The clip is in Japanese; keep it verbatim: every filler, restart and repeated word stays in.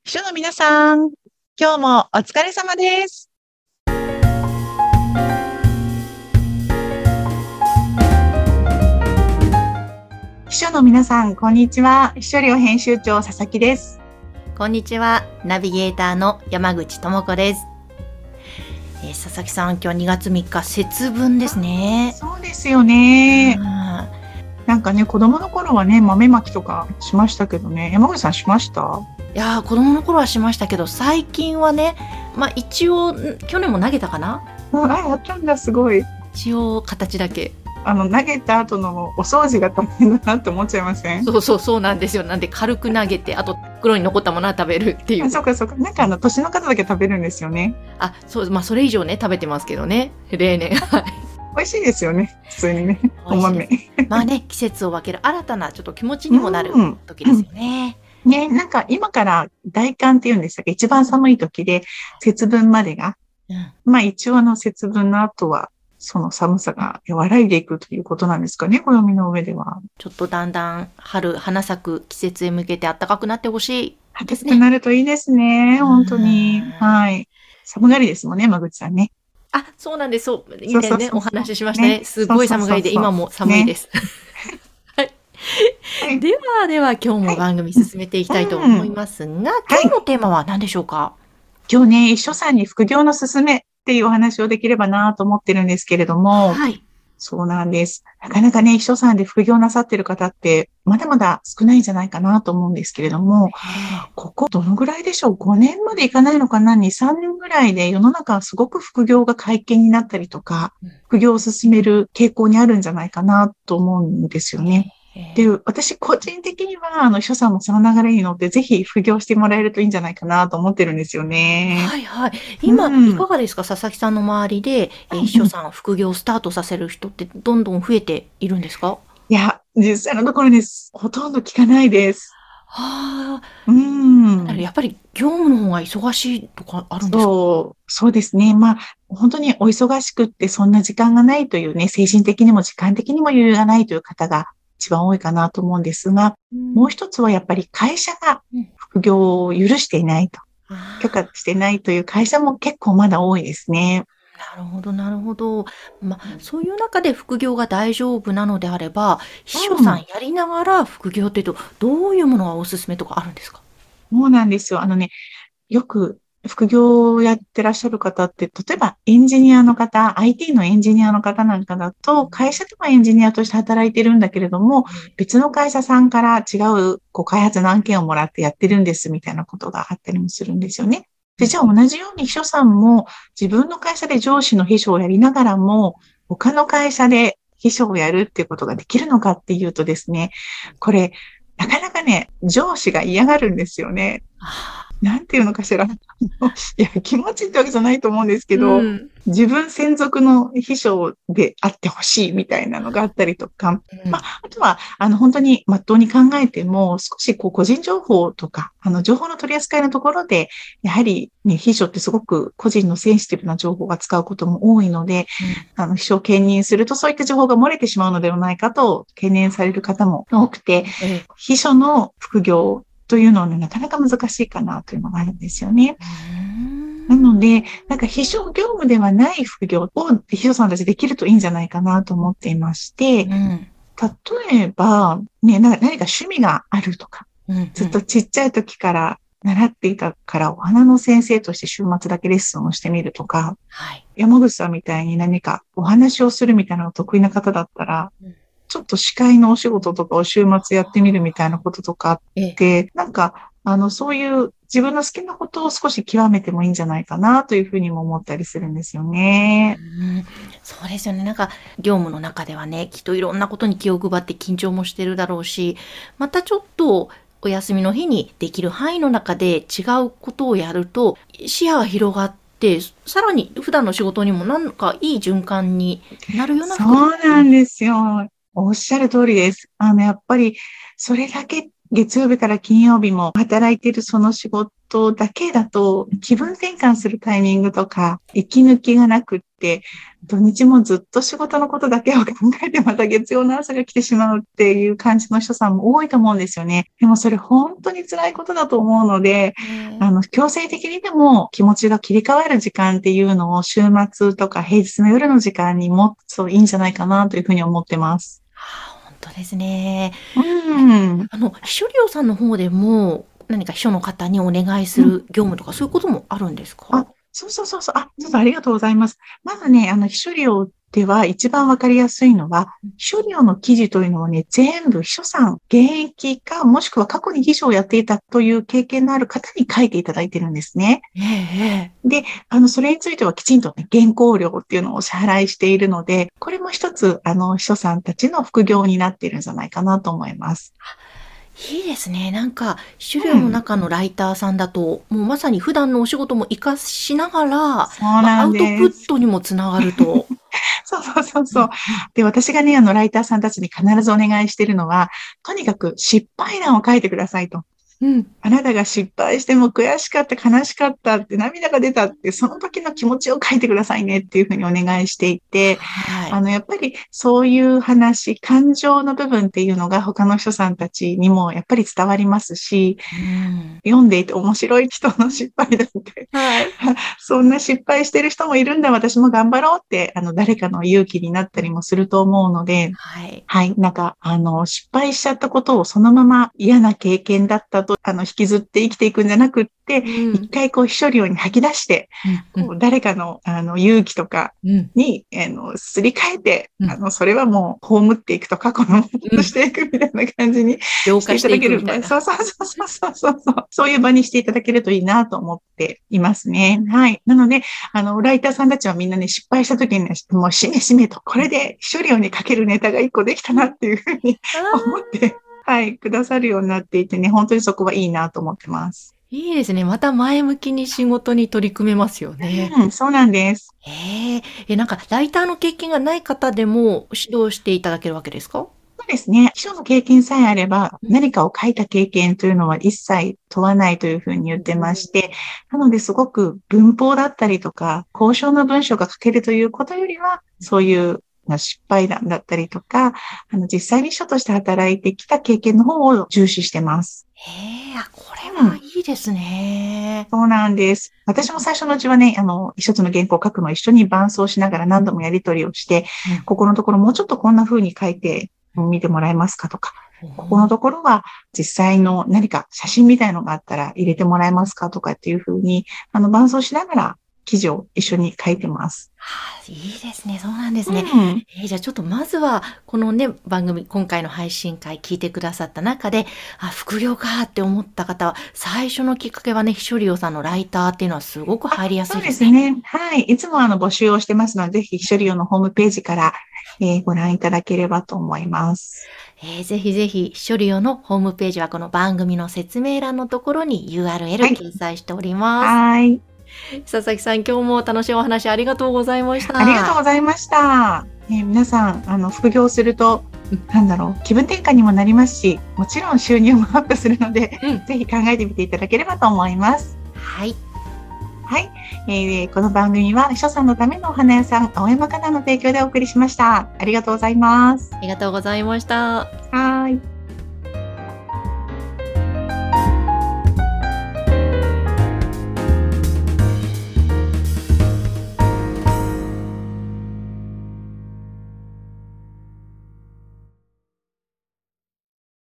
秘書の皆さん、今日もお疲れ様です。秘書の皆さん、こんにちは。秘書寮編集長佐々木です。 こんにちは。ナビゲーターの山口智子です。えー、佐々木さん、今日にがつみっか、節分ですね。 そうですよね。なんかね、子供の頃はね、豆まきとかしましたけどね。山口さんしました？ いやー、子供の頃はしましたけど、最近はね、まあ一応去年も投げたかな。 うん、あ、やったんだ、すごい。 一応形だけ。 あの投げた後のお掃除が大変だなって思っちゃいません？ そうそうそうなんですよ。なんで軽く投げて、あと袋に残ったものは食べるっていう。 あ、そうかそうか。なんかあの年の方だけ食べるんですよね。 あ、そう、まあそれ以上ね食べてますけどね、例年。 美味しいですよね、普通にね、お豆。 まあね、季節を分ける新たなちょっと気持ちにもなる時ですよね。 うん、ね、なんか今から大寒っていうんでしたっけ、一番寒い時で節分までが、うん、まあ一応あの節分の後はその寒さが和らいでいくということなんですかね、暦の上では。 ちょっとだんだん春花咲く季節へ向けて暖かくなってほしいですね。 暖かくなるといいですね、本当に。はい。寒がりですもんね、山口さんね。 あ、そうなんです。そう。以前ね、お話ししましたね。すごい寒がりで、今も寒いです。はい。では、では、今日も番組進めていきたいと思いますが、今日のテーマは何でしょうか？ 今日ね、秘書さんに副業の勧めっていうお話をできればなと思ってるんですけれども、はい。そうなんです。なかなかね、秘書さんで副業なさってる方って、まだまだ少ないんじゃないかなと思うんですけれども、ここどのぐらいでしょう ?ご 年までいかないのかな ?に、さんねんぐらいで世の中はすごく副業が解禁になったりとか、副業を進める傾向にあるんじゃないかなと思うんですよね。で、私個人的には、あの、秘書さんもその流れに乗って、ぜひ副業してもらえるといいんじゃないかなと思ってるんですよね。 はいはい。今、うん、いかがですか、佐々木さんの周りで、えー、秘書さん副業をスタートさせる人ってどんどん増えているんですか？ いや、実際のところです。ほとんど聞かないです。 はあ。 うん。 やっぱり業務の方が忙しいとかあるんですか？ そう、そうですね。まあ、本当にお忙しくってそんな時間がないというね、精神的にも時間的にも余裕がないという方が一番多いかなと思うんですが、うん、もう一つはやっぱり会社が副業を許していないと、うん、許可していないという会社も結構まだ多いですね。 なるほど、なるほど。まあ、そういう中で副業が大丈夫なのであれば、秘書さんやりながら副業っていうと、どういうものがおすすめとかあるんですか？ そうなんですよ。あのね、よく副業をやってらっしゃる方って、例えばエンジニアの方、アイティー のエンジニアの方なんかだと、会社ではエンジニアとして働いてるんだけれども、別の会社さんから違うこう開発の案件をもらってやってるんですみたいなことがあったりもするんですよね。で、じゃあ同じように秘書さんも自分の会社で上司の秘書をやりながらも、他の会社で秘書をやるっていうことができるのかっていうとですね、これ、なかなかね、上司が嫌がるんですよね。なんていうのかしら。いや、気持ちってわけじゃないと思うんですけど、うん、自分専属の秘書であってほしいみたいなのがあったりとか、うん、まあ、あとは、あの、本当に真っ当に考えても、少しこう、個人情報とか、あの、情報の取り扱いのところで、やはりね、秘書ってすごく個人のセンシティブな情報を扱うことも多いので、うん、あの、秘書を兼任するとそういった情報が漏れてしまうのではないかと懸念される方も多くて、秘書の副業というのはね、なかなか難しいかなというのがあるんですよね。なので、なんか秘書業務ではない副業を秘書さんたちできるといいんじゃないかなと思っていまして、うん、例えば、ね、何か趣味があるとか、うんうん、ずっとちっちゃい時から習っていたからお花の先生として週末だけレッスンをしてみるとか、はい、山口さんみたいに何かお話をするみたいなのが得意な方だったら、うん、ちょっと司会のお仕事とかを週末やってみるみたいなこととかって、なんか、あの、そういう自分の好きなことを少し極めてもいいんじゃないかなというふうにも思ったりするんですよね。 うん、そうですよね。なんか、業務の中ではね、きっといろんなことに気を配って緊張もしてるだろうし、またちょっとお休みの日にできる範囲の中で違うことをやると、視野が広がって、さらに普段の仕事にもなんかいい循環になるような。 そうなんですよ。おっしゃる通りです。あの、やっぱり、それだけ月曜日から金曜日も働いているその仕事だけだと気分転換するタイミングとか息抜きがなくって、土日もずっと仕事のことだけを考えてまた月曜の朝が来てしまうっていう感じの人さんも多いと思うんですよね。でもそれ本当に辛いことだと思うので、あの、強制的にでも気持ちが切り替わる時間っていうのを週末とか平日の夜の時間に持つといいんじゃないかなというふうに思ってます。 はあ、本当ですね。 うん。 あの、秘書料さんの方でも、何か秘書の方にお願いすうん。 る業務とかそういうこともあるんですか？ あ、そうそうそうそう。あ、ちょっとありがとうございます。まずね、あの、秘書料では一番わかりやすいのは、秘書料の記事というのはね、全部秘書さん、現役か、もしくは過去に秘書をやっていたという経験のある方に書いていただいてるんですね。 ええ、ええ。 で、あの、それについてはきちんとね、原稿料っていうのをお支払いしているので、これも一つ、あの、秘書さんたちの副業になっているんじゃないかなと思います。 いいですね。なんか、資料のうん。 中のライターさんだと、もうまさに普段のお仕事も活かしながら、ま、 そうなんアウトプです。 ットにもつながると。 そうそうそううん、 そう。 うん。 で、私がね、あの、ライターさんたちに必ずお願いしているのは、とにかく失敗談を書いてくださいと。 うん。 あなたが失敗しても悔しかった、悲しかったって涙が出たって、その時の気持ちを書いてくださいねっていうふうにお願いしていて、 はい。 あの、やっぱりそういう話、感情の部分っていうのが他の人さんたちにもやっぱり伝わりますし、 うん。 読んでいて面白い人の失敗だって、 はい。 そんな失敗してる人もいるんだ、私も頑張ろうって、あの、誰かの勇気になったりもすると思うので、 はい。 はい。なんか、あの、失敗しちゃったことをそのまま嫌な経験だったと、あの、引きずって生きていくんじゃなくって、 うん。 一回こう、秘書量に吐き出して、 うん、うん、 こう、誰かの、あの、勇気とかうん、 に、あの、すり替えて、 うん、 あの、それはもう、葬っていくと過去のものうん。 としていくみたいな感じにして浄化していいただける。まあ、 くみたいな。 そうそうそうそうそうそうそう。そういう場にしていただけるといいなと思っていますね。はい。なので、あの、ライターさんたちはみんなね、失敗した時にね、もうしめしめと、これで秘書料にかけるネタが一個できたなっていうふうにあ思って、 あ。 はい、くださるようになっていてね、本当にそこはいいなと思ってます。 いいですね。また前向きに仕事に取り組めますよね。 うん、そうなんです。 へえ。え、なんかライターの経験がない方でも指導していただけるわけですか？ そうですね。秘書の経験さえあれば、 うん。 何かを書いた経験というのは一切問わないというふうに言ってまして、なのですごく文法だったりとか、交渉の文章が書けるということよりは、そういうまあ失敗談だったりとか、あの、実際に秘書として働いてきた経験の方を重視してます。 へえ、あ、これうん。 はいいですね。 そうなんです。私も最初のうちはね、あの、一つの原稿を書くのを一緒に伴走しながら何度もやり取りをして、 うん。 ここのところもうちょっとこんな風に書いてみてもらえますかとか、 おお。 ここのところは実際の何か写真みたいのがあったら入れてもらえますかとかっていう風に、あの、伴走しながら記事を一緒に書いてます。 はあ、いいですね。そうなんですね。 うん。 えーじゃあちょっとまずは、このね、番組、今回の配信会聞いてくださった中で、あ、副業かって思った方は、最初のきっかけはね、ひしょりおさんのライターっていうのはすごくあ、 入りやそうすいですね。 ですね。はい。いつもあの募集をしてますので、ぜひ、処理用のホームページから、えーご覧いただければと思います。 えーぜひぜひ、しょりおのホームページはこの番組の説明欄のところに ユーアールエルはい。 掲載しております。 はい。 佐々木さん、今日も楽しいお話ありがとうございましありがとうた。 ございました。ね、皆さん、あの、副業すると、 うん、 なんだろう、気分転換にもなりますし、もちろん収入もアップするので、 うん。 ぜひ考えてみていただければと思います。 はい。 はい。えーこの番組は、秘書さんのためのお花屋さん、青山かなの提供でお送りしました。ありがとうございます。 ありがとうございました。 はーい。